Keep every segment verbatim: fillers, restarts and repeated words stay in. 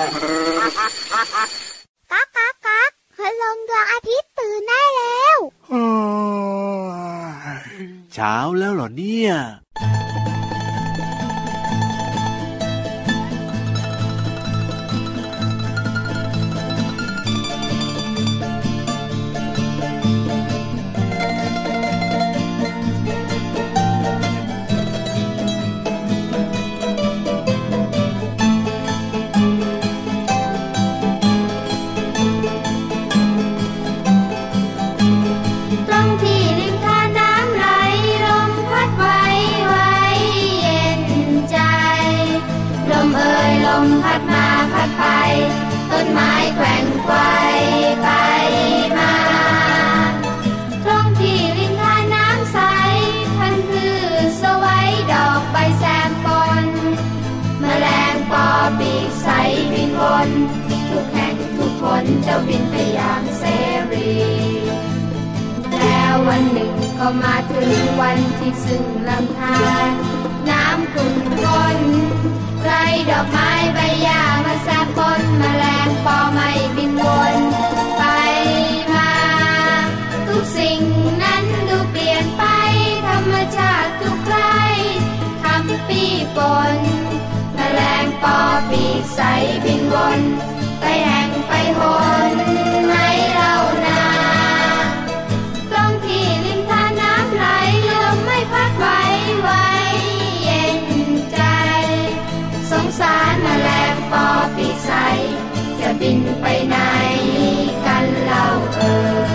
ก๊ากก๊ากก๊ากคืนลงดวงอาทิตย์ตื่นได้แล้วเช้าแล้วเหรอเนี่ยต้นไม้แกว่งไกวไปมาตรงที่ริมทานน้ำใสพันธุ์พืชสวัยดอกใบแซมปนแมลงปอปีกใสบินวนทุกแห่งทุกคนเจ้าบินไปอย่างเสรีแล้ววันหนึ่งก็มาถึงวันที่ซึ่งลำธารน้ำขุ่นข้นไรดอกไม้ใบหญ้ามาแซมปนแมลงปอไม่บินวนไปมาทุกสิ่งนั้นดูเปลี่ยนไปธรรมชาติทุกไคร้ทำปีปนแมลงปอปีกใสบินวนไปแห่งไปหนในเรานาตรงที่ริมทานน้ำไหลลมไม่พัดไหวไหวเย็นใจสงสารแมลงปอปีกใสจะบินไปไหนกันเล่าเอ่ย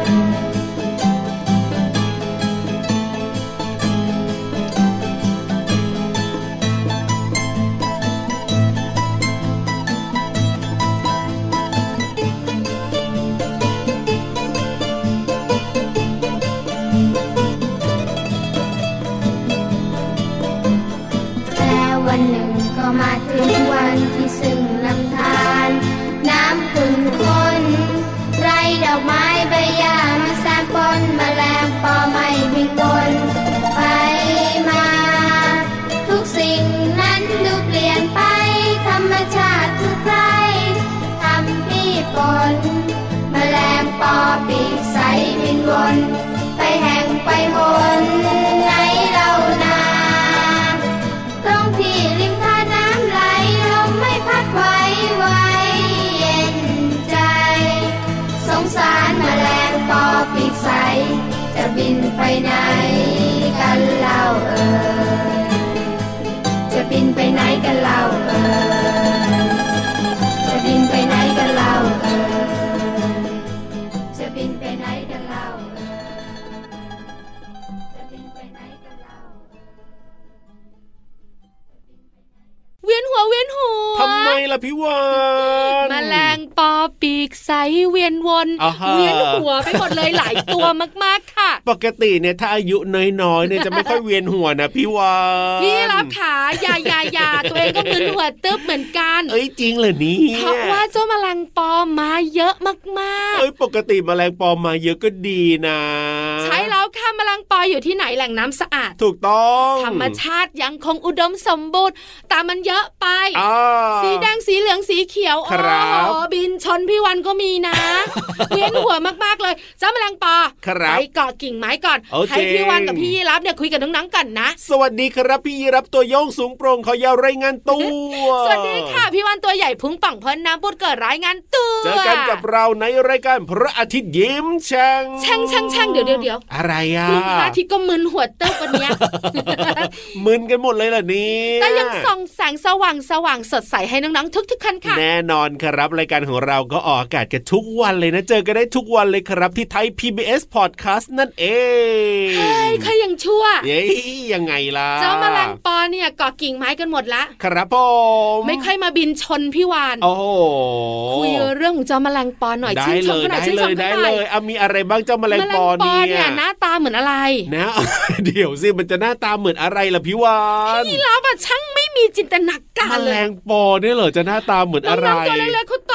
วันหนึ่งก็มาถึงวันที่ซึ่งลำธารน้ำขุ่นข้นไรดอกไม้ใบหญ้ามาแซมปนแมลงปอไม่บินวนไปมาทุกสิ่งนั้นดูเปลี่ยนไปธรรมชาติทุกไคร้ทำปีปนแมลงปอปีกใสบินวนไปแห่งไปหนในเรานาตรงที่ริมทานน้ำไหลลมไม่พัดไหวไหวเย็นใจสงสารแมลงปอปีกใสจะบินไปไหนกันเล่าเอ่ยจะบินไปไหนกันเล่าเอ่ยจะบินไปไหนกันเล่าเอ่ยจะบินไปไหนกันเล่าเอ่ยจะบินไปไหนกันเล่าเวียนหัวเวียนหัวทำไมล่ะพี่วานแมลงปอปีกใสเวียนวนเวียนหัวไปหมดเลยหลายตัวมากๆค่ะปกติเนี่ยถ้าอายุน้อยๆเนี่ยจะไม่ค่อยเวียนหัวนะพี่วานพี่รับขาอย่าอย่าอย่าตัวเองก็มึนหัวตึ๊บเหมือนกันเอ้ยจริงเหรอนี่เพราะว่าเจ้าแมลงปอมาเยอะมากๆเอ้ยปกติแมลงปอมาเยอะก็ดีนะใช่แล้วค่ะแมลงปออยู่ที่ไหนแหล่งน้ำสะอาดถูกต้องธรรมชาติยังคงอุดมสมบูรณ์แต่มันเยอะไปสีแดงสีเหลืองสีเขียวโอ้โหบินชนพี่วันก็มีนะ เวียนหัวมากๆเลยเจ้าแมลงปอไปเกาะกิ่งไม้ก่อนให้พี่วันกับพี่ยีรับเนี่ยคุยกับน้องๆกันนะสวัสดีครับพี่ยีรับตัวโยงสูงโปร่งขอยาวรายงานตัวสวัสดีค่ะพี่วันตัวใหญ่พุงป่องพ้นน้ำปุดเกิดรายงานตัวเจอกันกับเราในรายการพระอาทิตย์ยิ้มแฉ่งแฉ่งแฉ่งแฉ่งเดี๋ยวเดี๋ยวเดี๋ยวอะไรอ่ะพระอาทิตย์ก็มึนหัวเต้าวันนี้มึนกันหมดเลยล่ะนี่แต่ยังส่องแสงสว่างสว่างสดใสให้น้องๆทุกๆคนค่ะแน่นอนครับรายการของเราก็ออกอากาศกันทุกวันเลยนะเจอกันได้ทุกวันเลยครับที่ไทย พี บี เอส Podcast นั่นเองเฮ้ยใครยังชั่วเย้ยังไงล่ะเจ้าแมลงปอเนี่ยเกาะกิ่งไม้กันหมดละครับผมไม่ค่อยมาบินชนพี่วานโอ้โหคุยเรื่องของเจ้าแมลงปอหน่อยชื่นชมกันหน่อยชื่นชมกันหน่อยได้เลยมีอะไรบ้างเจ้าแมลงปอเนี่ยหน้าตาเหมือนอะไรนะเดี๋ยวสิมันจะหน้าตาเหมือนอะไรล่ะพี่วานพี่รับอ่ะช่างไม่มีจินตนาการเลยแมลงปอเนี่ยเหรอจะหน้าตาเหมือนอะไรน้องๆตัวเล็กๆเขาตอบ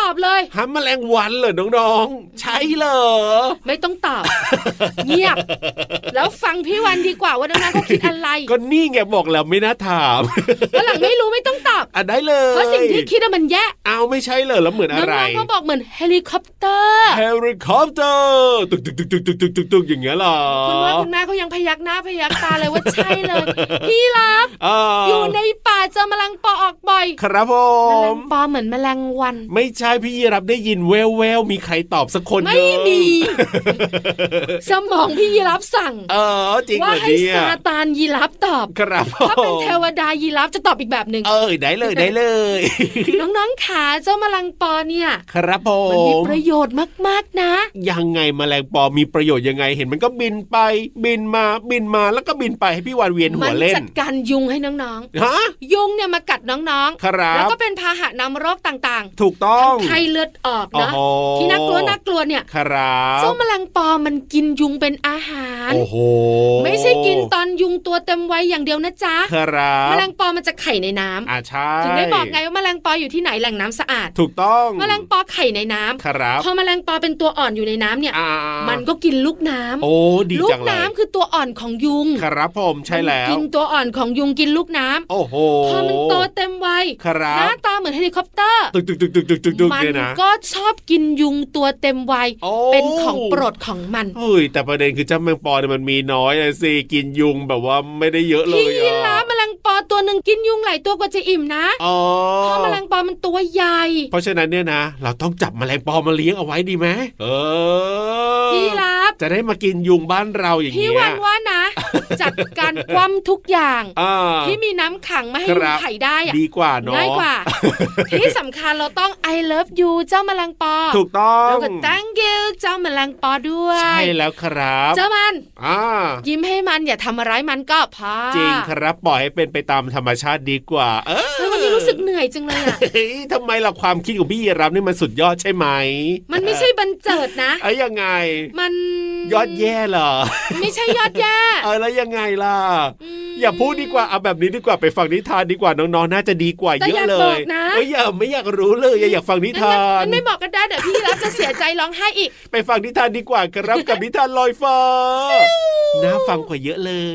อบเลยหาแมลงวันเหรอน้องๆใช่เหรอไม่ต้องตอบ เงียบแล้วฟังพี่วันดีกว่าว่าน้องๆเขาคิดอะไรก็นี่ไงบอกแล้วไม่น่าถามแล้วหลังไม่รู้ไม่ต้องตอบอ่ะได้เลยเพราะสิ่งที่คิดมันแย่เอาไม่ใช่เหรอแล้วเหมือนอะไรน้องๆเขาบอกเหมือนเฮลิคอปเตอร์เฮลิคอปเตอร์ตึกตึกตึกตึกตึกตึกตึกตึกอย่างเงี้ยหรอคุณว่าคุณแม่เขายังพยักหน้าพยักตาเลยว่าใช่เลยพี่รับอยู่ในป่าเจอแมลงปอออกบ่อยครับผมแมลงปอเหมือนแมลงวันไม่ใช่พี่รับได้ยินแววแววมีใครตอบสักคนไม่มีสมองพี่ยีรับสั่งเออจริงเหรอเนี่ยว่าให้ซาตานยีรับตอบครับถ้าเป็นเทวดายีรับจะตอบอีกแบบนึงเออได้เลยได้เลยน้องๆขาเจ้าแมลงปอเนี่ยครับผมมันมีประโยชน์มากๆนะยังไงแมลงปอมีประโยชน์ยังไงเห็นมันก็บินไปบินมาบินมาแล้วก็บินไปให้พี่วานเวียนหัวเล่นมันจัดการยุงให้น้องๆฮะยุงเนี่ยมากัดน้องๆแล้วก็เป็นพาหะนำโรคต่างๆถูกต้องไข้เลือดออกนะที่น่ากลัวน่ากลัวเนี่ยครับเจ้าแมลงปอมันกินยุงเป็นอาหารโอ้โหไม่ใช่กินตอนยุงตัวเต็มวัยอย่างเดียวนะจ๊ะครับแมลงปอมันจะไข่ในน้ำอ่าใช่ถึงได้บอกไงว่าแมลงปออยู่ที่ไหนแหล่งน้ำสะอาดถูกต้องแมลงปอไข่ในน้ำครับพอแมลงปอเป็นตัวอ่อนอยู่ในน้ำเนี่ยมันก็กินลูกน้ำโอ้ดีจังเลยลูกน้ำคือตัวอ่อนของยุงครับผมใช่แล้วกินตัวอ่อนของยุงกินลูกน้ำโอ้โหพอมันโตเต็มวัยหน้าตาเหมือนเฮลิคอปเตอร์ตึกตึกตึกตึกตึกตึกตึกมันก็ชอบกินยุงตัวเต็มวัยเป็นของโปรดของมันเฮ้ยแต่ประเด็นคือเจ้าแมลงปอเนี่ยมันมีน้อยเลยสิกินยุงแบบว่าไม่ได้เยอะเลยพี่ยีราฟแมลงปอตัวหนึ่งกินยุงหลายตัวกว่าจะอิ่มนะเพราะแมลงปอมันตัวใหญ่เพราะฉะนั้นเนี่ยนะเราต้องจับแมลงปอมาเลี้ยงเอาไว้ดีไหมเออพี่รับจะได้มากินยุงบ้านเราอย่างเงี้ยพี่วันว่านะจัดการคว่ำทุกอย่างที่มีน้ำขังไม่ให้ยุงไข่ได้อะดีกว่าเนาะง่ายกว่าที่สำคัญเราต้อง I love you เจ้าแมลงปอถูกต้องแล้วก็ thank you เจ้าแมลงปอด้วยใช่แล้วครับเจ้ามันอ่ายิ้มให้มันอย่าทำร้ายมันก็พอจริงครับปล่อยให้เป็นไปตามธรรมชาติดีกว่าเออวันนี้รู้สึกเหนื่อยจังเลยอ่ะทำไมล่ะความคิดของพี่ยีรับนี่มันสุดยอดใช่ไหมมันไม่ใช่บันเจิดนะเอ้ยยังไงมันยอดแย่เหรอไม่ใช่ยอดแย่เออแล้วยังไงล่ะอย่าพูดดีกว่าเอาแบบนี้ดีกว่าไปฟังนิทานดีกว่าน้องๆน่าจะดีกว่าเยอะเลยเอ้ยอย่าไม่อยากรู้เลยอยากฟังนิทานไม่บอกกันได้เดี๋ยวพี่รับจะเสียใจร้องไห้อีกไปฟังนิทานดีกว่าครับกับนิทานลอยฟ้าน่าฟังกว่าเยอะเลย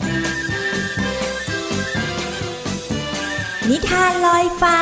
นิทานลอยฟ้า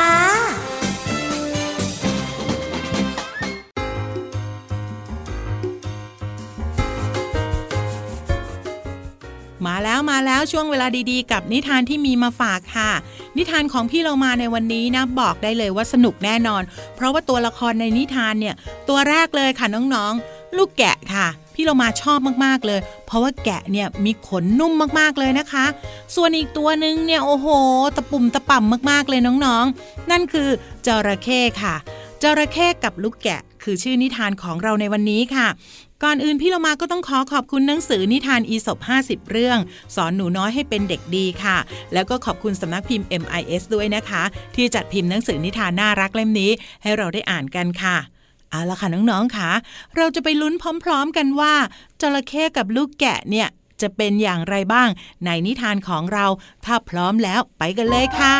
มาแล้วมาแล้วช่วงเวลาดีๆกับนิทานที่มีมาฝากค่ะนิทานของพี่เรามาในวันนี้นะบอกได้เลยว่าสนุกแน่นอนเพราะว่าตัวละครในนิทานเนี่ยตัวแรกเลยค่ะน้องๆลูกแกะค่ะพี่เรามาชอบมากๆเลยเพราะว่าแกะเนี่ยมีขนนุ่มมากๆเลยนะคะส่วนอีกตัวนึงเนี่ยโอ้โหตะปุ่มตะป่ำมากๆเลยน้องๆนั่นคือจระเข้ค่ะจระเข้กับลูกแกะคือชื่อนิทานของเราในวันนี้ค่ะก่อนอื่นพี่เรามาก็ต้องขอขอบคุณหนังสือนิทานอีสปห้าสิบเรื่องสอนหนูน้อยให้เป็นเด็กดีค่ะแล้วก็ขอบคุณสำนักพิมพ์ เอ็ม ไอ เอส ด้วยนะคะที่จัดพิมพ์หนังสือนิทานน่ารักเล่มนี้ให้เราได้อ่านกันค่ะเอาล่ะค่ะน้องๆค่ะเราจะไปลุ้นพร้อมๆกันว่าจระเข้กับลูกแกะเนี่ยจะเป็นอย่างไรบ้างในนิทานของเราถ้าพร้อมแล้วไปกันเลยค่ะ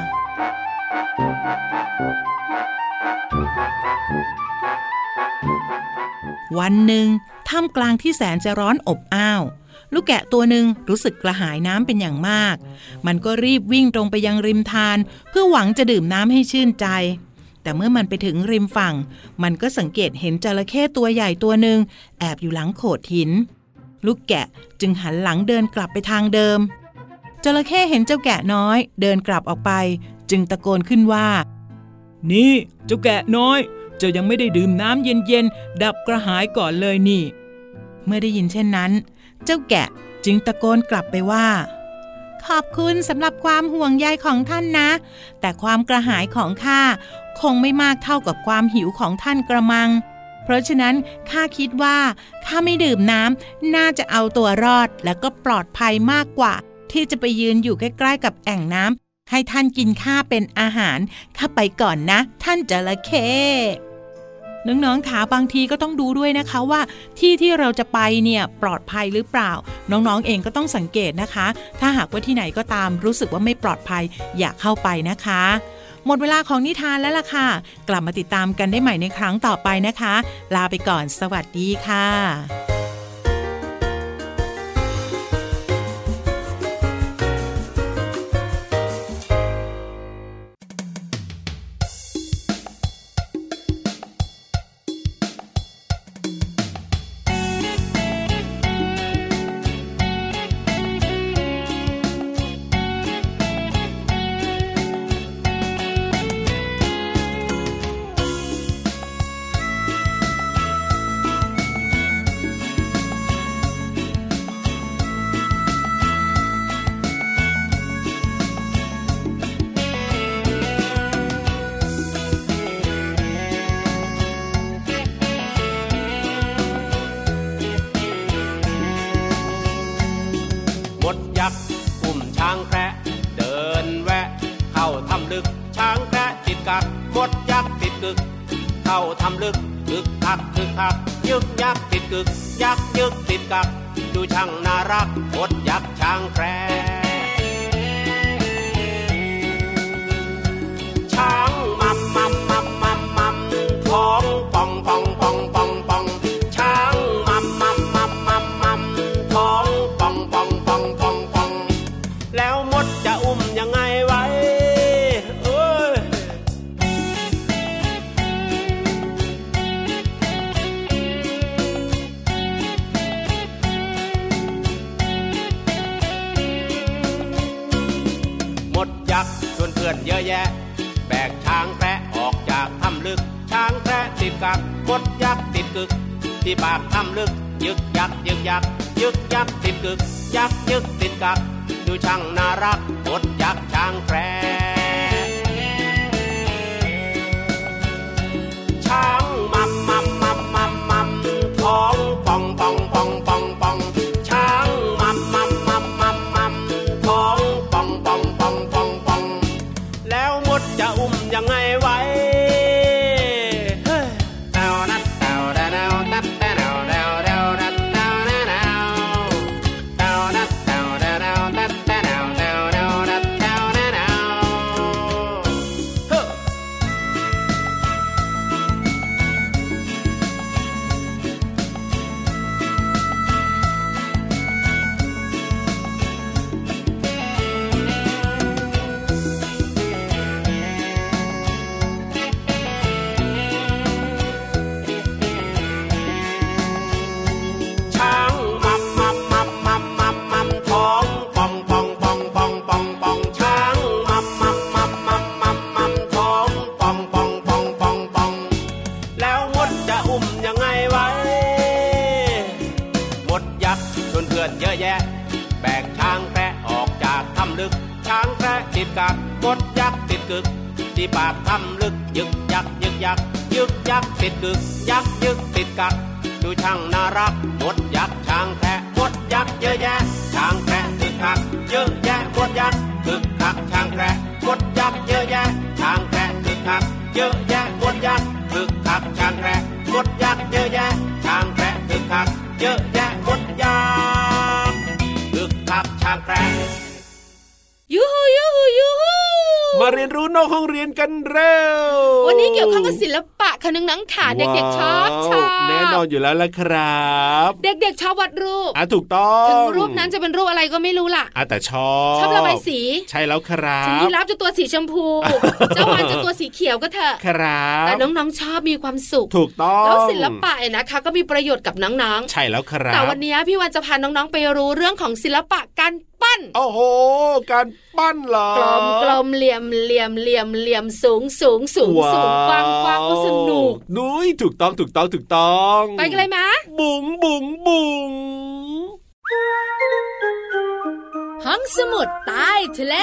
วันหนึ่งท่ามกลางที่แสนจะร้อนอบอ้าวลูกแกะตัวหนึ่งรู้สึกกระหายน้ำเป็นอย่างมากมันก็รีบวิ่งตรงไปยังริมทานเพื่อหวังจะดื่มน้ำให้ชื่นใจแต่เมื่อมันไปถึงริมฝั่งมันก็สังเกตเห็นจระเข้ตัวใหญ่ตัวหนึ่งแอบอยู่หลังโขดหินลูกแกะจึงหันหลังเดินกลับไปทางเดิมจระเข้เห็นเจ้าแกะน้อยเดินกลับออกไปจึงตะโกนขึ้นว่านี่เจ้าแกะน้อยเจ้ายังไม่ได้ดื่มน้ำเย็นๆดับกระหายก่อนเลยนี่เมื่อได้ยินเช่นนั้นเจ้าแกะจึงตะโกนกลับไปว่าขอบคุณสำหรับความห่วงใยของท่านนะแต่ความกระหายของข้าคงไม่มากเท่ากับความหิวของท่านกระมังเพราะฉะนั้นข้าคิดว่าข้าไม่ดื่มน้ำน่าจะเอาตัวรอดและก็ปลอดภัยมากกว่าที่จะไปยืนอยู่ใกล้ๆกับแอ่งน้ำให้ท่านกินข้าเป็นอาหารข้าไปก่อนนะท่านจระเข้น้องๆขาบางทีก็ต้องดูด้วยนะคะว่าที่ที่เราจะไปเนี่ยปลอดภัยหรือเปล่าน้องๆเองก็ต้องสังเกตนะคะถ้าหากว่าที่ไหนก็ตามรู้สึกว่าไม่ปลอดภัยอย่าเข้าไปนะคะหมดเวลาของนิทานแล้วล่ะค่ะกลับมาติดตามกันได้ใหม่ในครั้งต่อไปนะคะลาไปก่อนสวัสดีค่ะอุ้มช้างแคระเดินแวะเข้าทำลึกช้างแคระติดกักมดยักษ์ติดกึกเข้าทำลึกกึกคักกึกคักยึกยักษ์ติดกึกยักษ์ยึกติดกักดูช่างน่ารักมดยักษ์ช้างแคระช้างมัมมัมมัมมัมมัมท้องป่องป่องป่องป่องป่องช้างมัมมัมมัมมัมมัมท้องป่องป่องป่องป่องป่องแล้วมดจะอุ้มยังไงไว้เอ้ยมดยักษ์ชวนเพื่อนเยอะแยะแบกช้างแคระออกจากถ้ำลึกช้างแคระติดกักมดยักษ์ติดกึกที่ปากถ้ำลึกยึกยักยึกยักยึกยักติดกึกยักยึกติดกักดูช่างน่ารักมดยักษ์ช้างแคระช้างมัมมัมมัมมัมมัมท้องป่องป่องป่องป่องป่องช้างมัมมัมมัมมัมมัมท้องป่องป่องป่องป่องป่องแล้วมดจะอุ้มยังไงไว้เยอะแยะแบกช้างแคระออกจากถ้ำลึกช้างแคระติดกักมดยักษ์ติดกึกที่ปากถ้ำลึกยึกยักยึกยักยึกยักติดกึกยักยึกติดกักดูช่างน่ารักมดยักษ์ช้างแคระมดยักษ์เยอะแยะช้างแคระคึกคักเยอะแยะมดยักษ์คึกคักช้างแคระมดยักษ์เยอะแยะช้างแคระคึกคักเยอะแยะมดยักษ์คึกคักช้างแคระมดยักษ์เยอะแยะช้างแคระคึกคักเยอะแยะมดยักษ์คึกคักช้างแคระยูฮูยูฮูยูฮูมาเรียนรู้นอกห้องเรียนกันเร็ววันนี้เกี่ยวข้องกับศิลปะค่ะนึงนังขาเด็กๆชอบชอบแน่นอนอยู่แล้วล่ะครับเด็กๆชอบวาดรูปอ่ะถูกต้องถึงรูปนั้นจะเป็นรูปอะไรก็ไม่รู้ล่ะอ่ะแต่ชอบชอบระบายสีใช่แล้วครับถึงยีราฟจะตัวสีชมพูเจ้าวานจะตัวสีเขียวก็เถอะครับแต่น้องๆชอบมีความสุขถูกต้องแล้วศิลปะเนี่ยนะคะก็มีประโยชน์กับน้องๆใช่แล้วครับแต่วันนี้พี่วันจะพาน้องๆไปรู้เรื่องของศิลปะการปั้นโอ้โหการปั้นเหรอกลมกลมเหลี่ยมเหลี่ยมเหลี่ยมเหลี่ยมสูงสูงสูงสูงกว้างกว้างก็สนุกนุ้ยถูกต้องถูกต้องถูกต้องไปกันเลยมั้ยบุ๋งบุ๋งบุ๋งห้องสมุดใต้ทะเล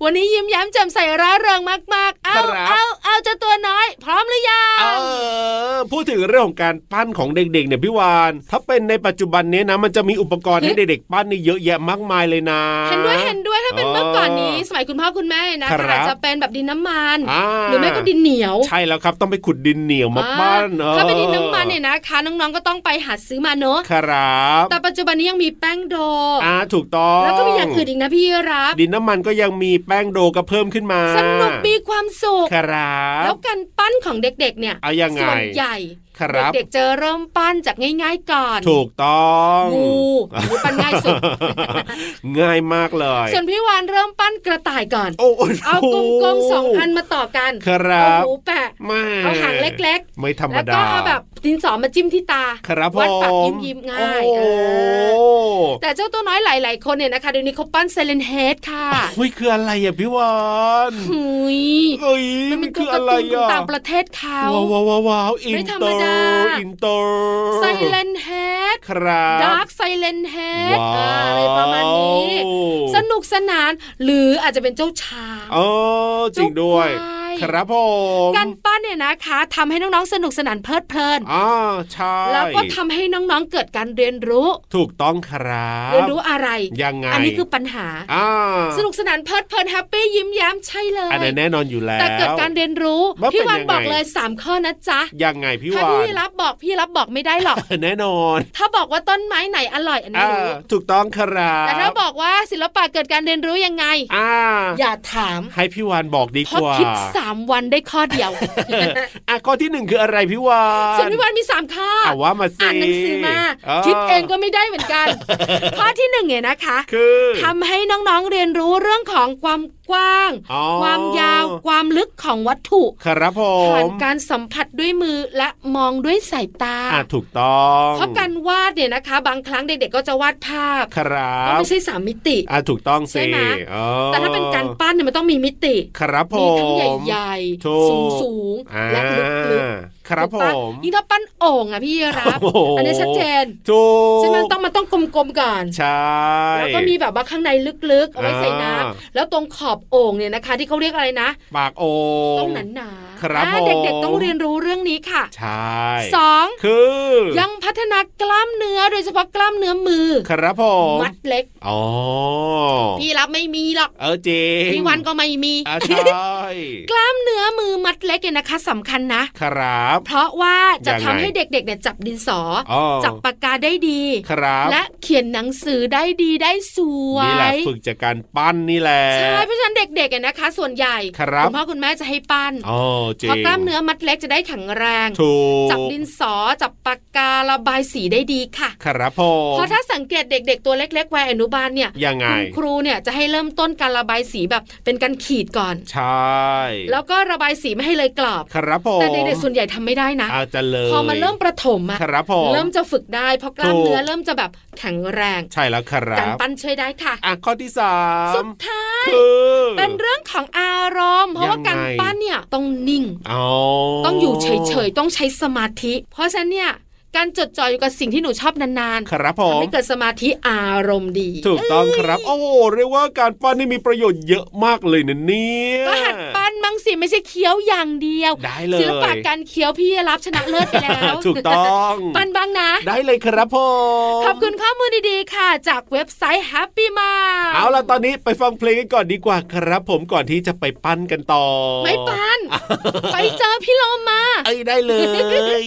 วันนี้ยิ้มแย้มแจ่มใสร่าเริงมากๆเอาเอาเอาเจ้าตัวน้อยพร้อมหรือยังเออพูดถึงเรื่องของการปั้นของเด็กๆเนี่ยพี่วานถ้าเป็นในปัจจุบันนี้นะมันจะมีอุปกรณ์ให้เด็กๆปั้นนี่เยอะแยะมากมายเลยนะเห็นด้วยเห็นด้วยถ้าเป็นเมื่อก่อนนี้สมัยคุณพ่อคุณแม่นะอาจจะเป็นแบบดินน้ำมันหรือไม่ก็ดินเหนียวใช่แล้วครับต้องไปขุดดินเหนียวมาปั้นถ้าเป็นดินน้ำมันเนี่ยนะคะน้องๆก็ต้องไปหาซื้อมาเนอะครับแต่ปัจจุบันนี้ยังมีแป้งโดอ่าถูกต้องแล้วก็มีอย่างอื่นอีกนะพี่รับดินน้ำมันก็ยังมีแป้งโดก็เพิ่มขึ้นมาสนุกมีความสุขครับแล้วการปั้นของเด็กๆเนี่ยส่วนใหญ่เด็กๆจะเริ่มปั้นจากง่ายๆก่อนถูกต้องงูงูปั้นง่ายสุดง่ายมากเลยส่วนพี่วานเริ่มปั้นกระต่ายก่อนเอากลมๆสองอันมาต่อกันเอาหูแปะเอาหางเล็กๆไม่ธรรมดาแล้วก็เอาแบบดินสอมาจิ้มที่ตาวัดปากยิ้มๆง่ายแต่เจ้าตัวน้อยหลายๆคนเนี่ยนะคะเดี๋ยวนี้เขาปั้นไซเลนเฮดค่ะเฮ้ยคืออะไรอ่ะพี่วานหุยมันเป็นคืออะไรอ่ะต่างประเทศเขาว้าวว้าวอินเตอร์อินเตอร์ไซเลนเฮดครับดาร์กไซเลนเฮดอะไรประมาณนี้สนุกสนานหรืออาจจะเป็นเจ้าช้างอ๋อจริงด้วยครับผมการปั้นเนี่ยนะคะทำให้น้องๆสนุกสนานเพลิดเพลินอ๋อใช่แล้วก็ทำให้น้องๆเกิดการเรียนรู้ถูกต้องครับเรียนรู้อะไรยังไงอันนี้คือปัญหาสนุกสนานเพลิดเพลินแฮปปี้ยิ้มแย้มใช่เลยอันนี้แน่นอนอยู่แล้วแต่เกิดการเรียนรู้พี่วันบอกเลยสามข้อนะจ๊ะยังไงพี่วันถ้าพี่รับบอกพี่รับบอกไม่ได้หรอกแน่นอนถ้าบอกว่าต้นไม้ไหนอร่อยอันนี้รู้ถูกต้องครับแต่ถ้าบอกว่าศิลปะเกิดการเรียนรู้ยังไงอ่าอย่าถามให้พี่วานบอกดีกว่าเพราะคิดสามวันได้ข้อเดียวอ่ะข้อที่หนึ่งคืออะไรพี่วานส่วนพี่วานมีสามข้ออ่ะว่ามาสิอ่านหนังสือมาคิดเองก็ไม่ได้เหมือนกันข้อที่หนึ่งเนี่ยนะคะคือทำให้น้องๆเรียนรู้เรื่องของความกว้างความยาวความลึกของวัตถุครับผมผ่านการสัมผัสด้วยมือและมองด้วยสายตาอ่ะถูกต้องเพราะการวาดเนี่ยนะคะบางครั้งเด็กๆก็จะวาดภาพครับไม่ใช่สามมิติอ่ะถูกต้องใช่ไหมแต่ถ้าเป็นการปั้นเนี่ยมันต้องมีมิติครับผมมีทั้งใหญ่ๆสูงๆและลึกๆครับผมยิ่งถ้าปั้นโอ่งอ่ะพี่รับอันนี้ชัดเจนใช่ไหมต้องมันต้องกลมๆก่อนใช่แล้วก็มีแบบว่าข้างในลึกๆเอาไว้ใส่น้ำแล้วตรงขอบโอ่งเนี่ยนะคะที่เขาเรียกอะไรนะปากโอ่งต้องหนาๆครับเด็กๆต้องเรียนรู้เรื่องนี้ค่ะใช่สองคือยังพัฒนากล้ามเนื้อโดยเฉพาะกล้ามเนื้อมือครับผมมัดเล็กอ๋อพี่รับไม่มีหรอกเออจริงพี่วันก็ไม่มีใช่กล้ามเนื้อมือมัดเล็กเนี่ยนะคะสำคัญนะครับเพราะว่าจะทำให้เด็กๆเนี่ยจับดินสอจับปากกาได้ดีและเขียนหนังสือได้ดีได้สวยนี่แหละฝึกจากการปั้นนี่แหละใช่เพราะฉะนั้นเด็กๆเนี่ยนะคะส่วนใหญ่คุณพ่อคุณแม่จะให้ปั้นเพราะกล้ามเนื้อมัดเล็กจะได้แข็งแรงจับดินสอจับปากการะบายสีได้ดีค่ะครับผมเพราะถ้าสังเกตเด็กๆตัวเล็กๆวัยอนุบาลเนี่ยยังไงคุณครูเนี่ยจะให้เริ่มต้นการระบายสีแบบเป็นการขีดก่อนใช่แล้วก็ระบายสีไม่ให้เลยกรอบครับผมแต่เด็กๆส่วนใหญ่ทำไม่ได้นะอาจจะเลยพอมันเริ่มประถมอะเริ่มจะฝึกได้เพราะกล้ามเนื้อเริ่มจะแบบแข็งแรงใช่แล้วครับการปั้นช่วยได้ค่ะอ่ะข้อที่สามสุดท้ายเป็นเรื่องของอารมณ์เพราะว่าการปั้นเนี่ยต้องนิ่งต้องอยู่เฉยๆต้องใช้สมาธิเพราะฉะนั้นเนี่ยการจดจ่ออยู่กับสิ่งที่หนูชอบนานๆครับผมทำให้เกิดสมาธิอารมณ์ดีถูกต้องครับโอ้โหเรียกว่าการปั้นนี่มีประโยชน์เยอะมากเลยนะเนี่ยก็หัดปั้นบ้างสิไม่ใช่เคี้ยวอย่างเดียวได้เลยศิลปะการเคี้ยวพี่รับชนะเลิศไปแล้วถูกต้องปั้นบ้างนะได้เลยครับผมขอบคุณข้อมูลดีๆค่ะจากเว็บไซต์ Happy Mom เอาล่ะตอนนี้ไปฟังเพลงกันก่อนดีกว่าครับผมก่อนที่จะไปปั้นกันต่อไม่ปั้น ไปเจอพี่โลมาเอ้ยได้เลย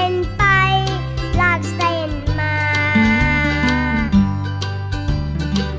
เ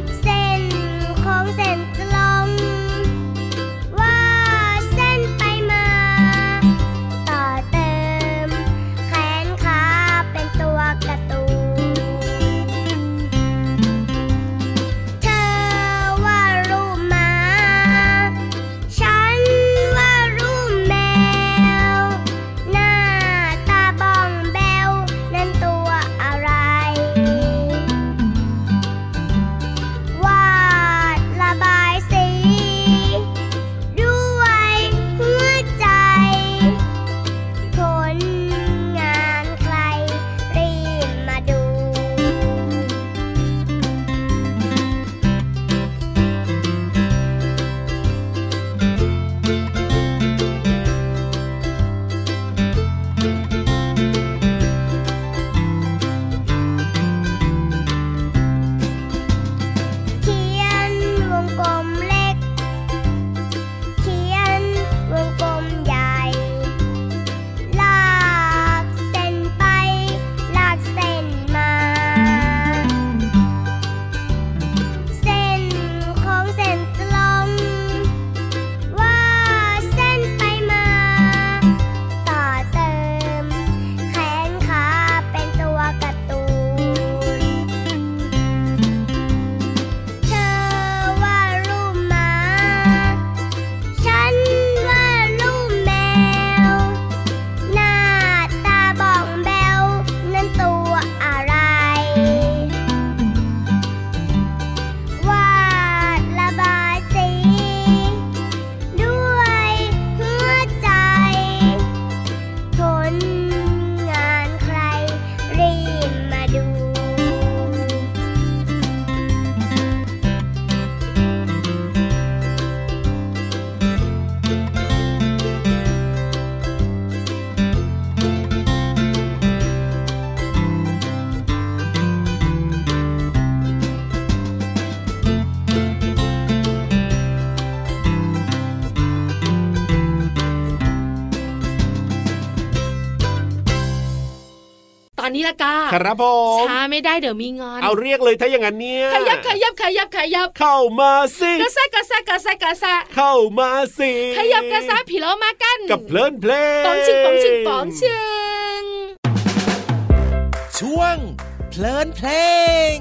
อันนี้ละกาครับผมช้าไม่ได้เดี๋ยวมีงอนเอาเรียกเลยถ้าอย่างนั้นเนี่ยขยับขยับขยับขยับเข้ามาสิกระแซะกระแซะกระแซะกระแซะเข้ามาสิขยับกระแซะผีแล้วมากันกับเพลินเพลงป๋องชิงป๋องชิงป๋องชิงช่วงเพลินเพลง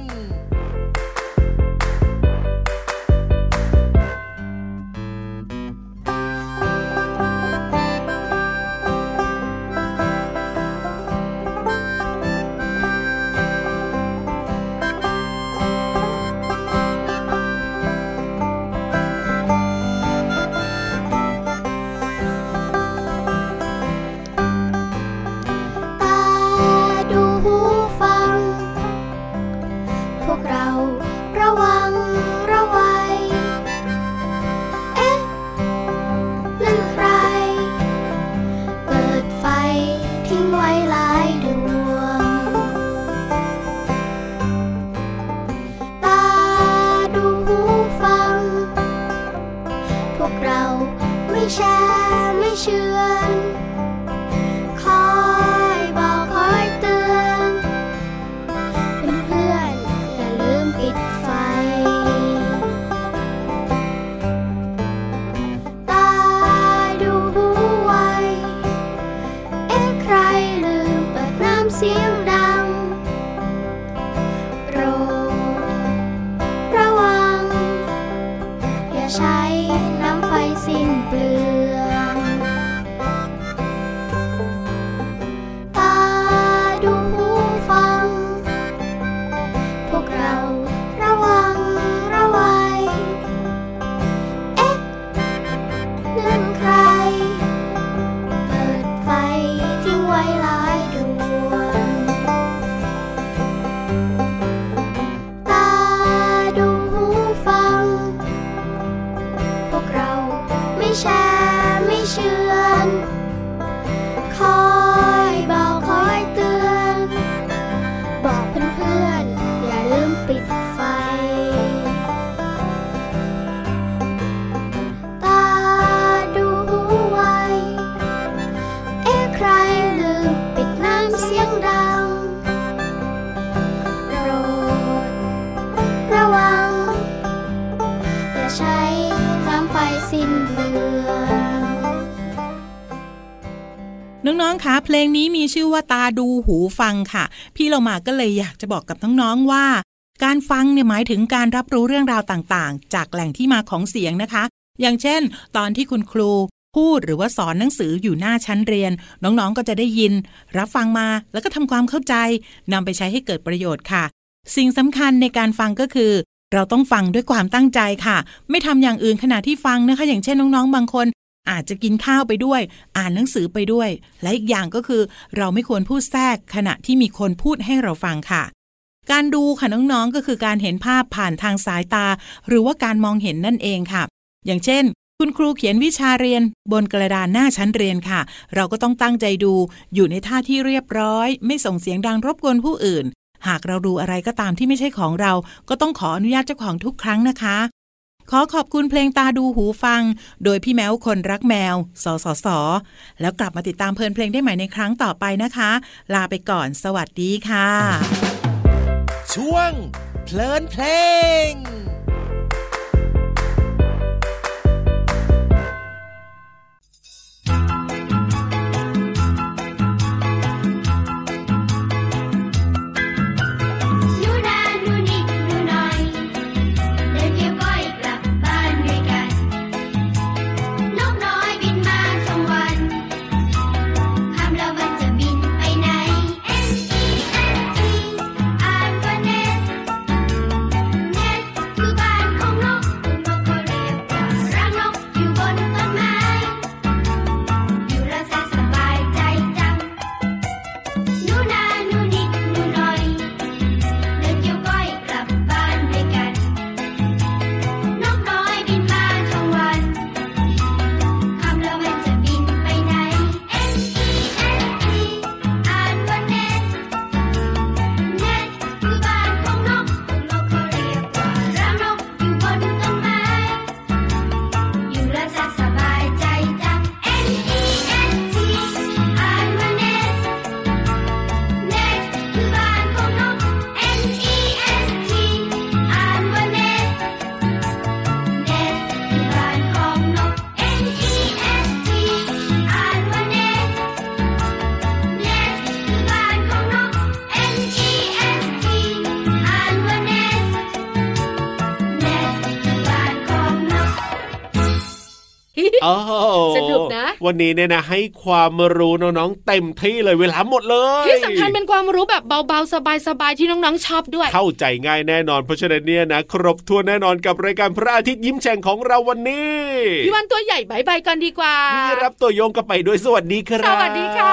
น้องๆคะเพลงนี้มีชื่อว่าตาดูหูฟังค่ะพี่เรามาก็เลยอยากจะบอกกับน้องๆว่าการฟังเนี่ยหมายถึงการรับรู้เรื่องราวต่างๆจากแหล่งที่มาของเสียงนะคะอย่างเช่นตอนที่คุณครูพูดหรือว่าสอนหนังสืออยู่หน้าชั้นเรียนน้องๆก็จะได้ยินรับฟังมาแล้วก็ทำความเข้าใจนำไปใช้ให้เกิดประโยชน์ค่ะสิ่งสำคัญในการฟังก็คือเราต้องฟังด้วยความตั้งใจค่ะไม่ทำอย่างอื่นขณะที่ฟังนะคะอย่างเช่นน้องๆบางคนอาจจะกินข้าวไปด้วยอ่านหนังสือไปด้วยและอีกอย่างก็คือเราไม่ควรพูดแทรกขณะที่มีคนพูดให้เราฟังค่ะการดูค่ะน้องๆก็คือการเห็นภาพผ่านทางสายตาหรือว่าการมองเห็นนั่นเองค่ะอย่างเช่นคุณครูเขียนวิชาเรียนบนกระดานหน้าชั้นเรียนค่ะเราก็ต้องตั้งใจดูอยู่ในท่าที่เรียบร้อยไม่ส่งเสียงดังรบกวนผู้อื่นหากเราดูอะไรก็ตามที่ไม่ใช่ของเราก็ต้องขออนุญาตเจ้าของทุกครั้งนะคะขอขอบคุณเพลงตาดูหูฟังโดยพี่แมวคนรักแมวสสสแล้วกลับมาติดตามเพลินเพลงได้ใหม่ในครั้งต่อไปนะคะลาไปก่อนสวัสดีค่ะช่วงเพลินเพลงคือวันนี้เนี่ยนะให้ความรู้น้องๆเต็มที่เลยเวลาหมดเลยที่สำคัญเป็นความรู้แบบเบาๆสบายๆที่น้องๆชอบด้วยเข้าใจง่ายแน่นอนเพราะฉะนั้นเนี่ยนะครบถ้วนแน่นอนกับรายการพระอาทิตย์ยิ้มแฉ่งของเราวันนี้พี่วันตัวใหญ่บายบายกันดีกว่าพี่รับตัวโยงก็ไปด้วยสวัสดีครับสวัสดีค่ะ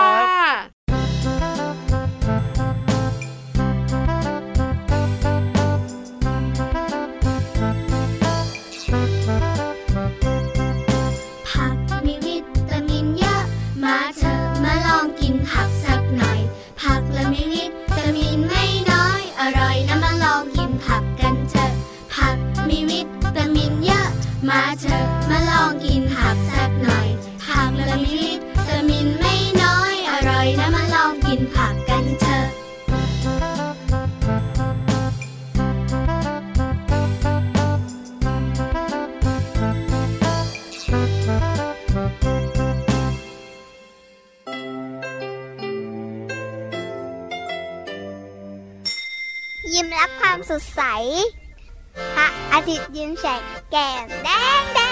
มาเถอะมาลองกินผักสักหน่อยผักละมีวิตามินไม่น้อยอร่อยนะมาลองกินผักกันเถอะยิ้มรับความสดใสพระอาทิตย์ยิ้มแฉกแก้มแดงแด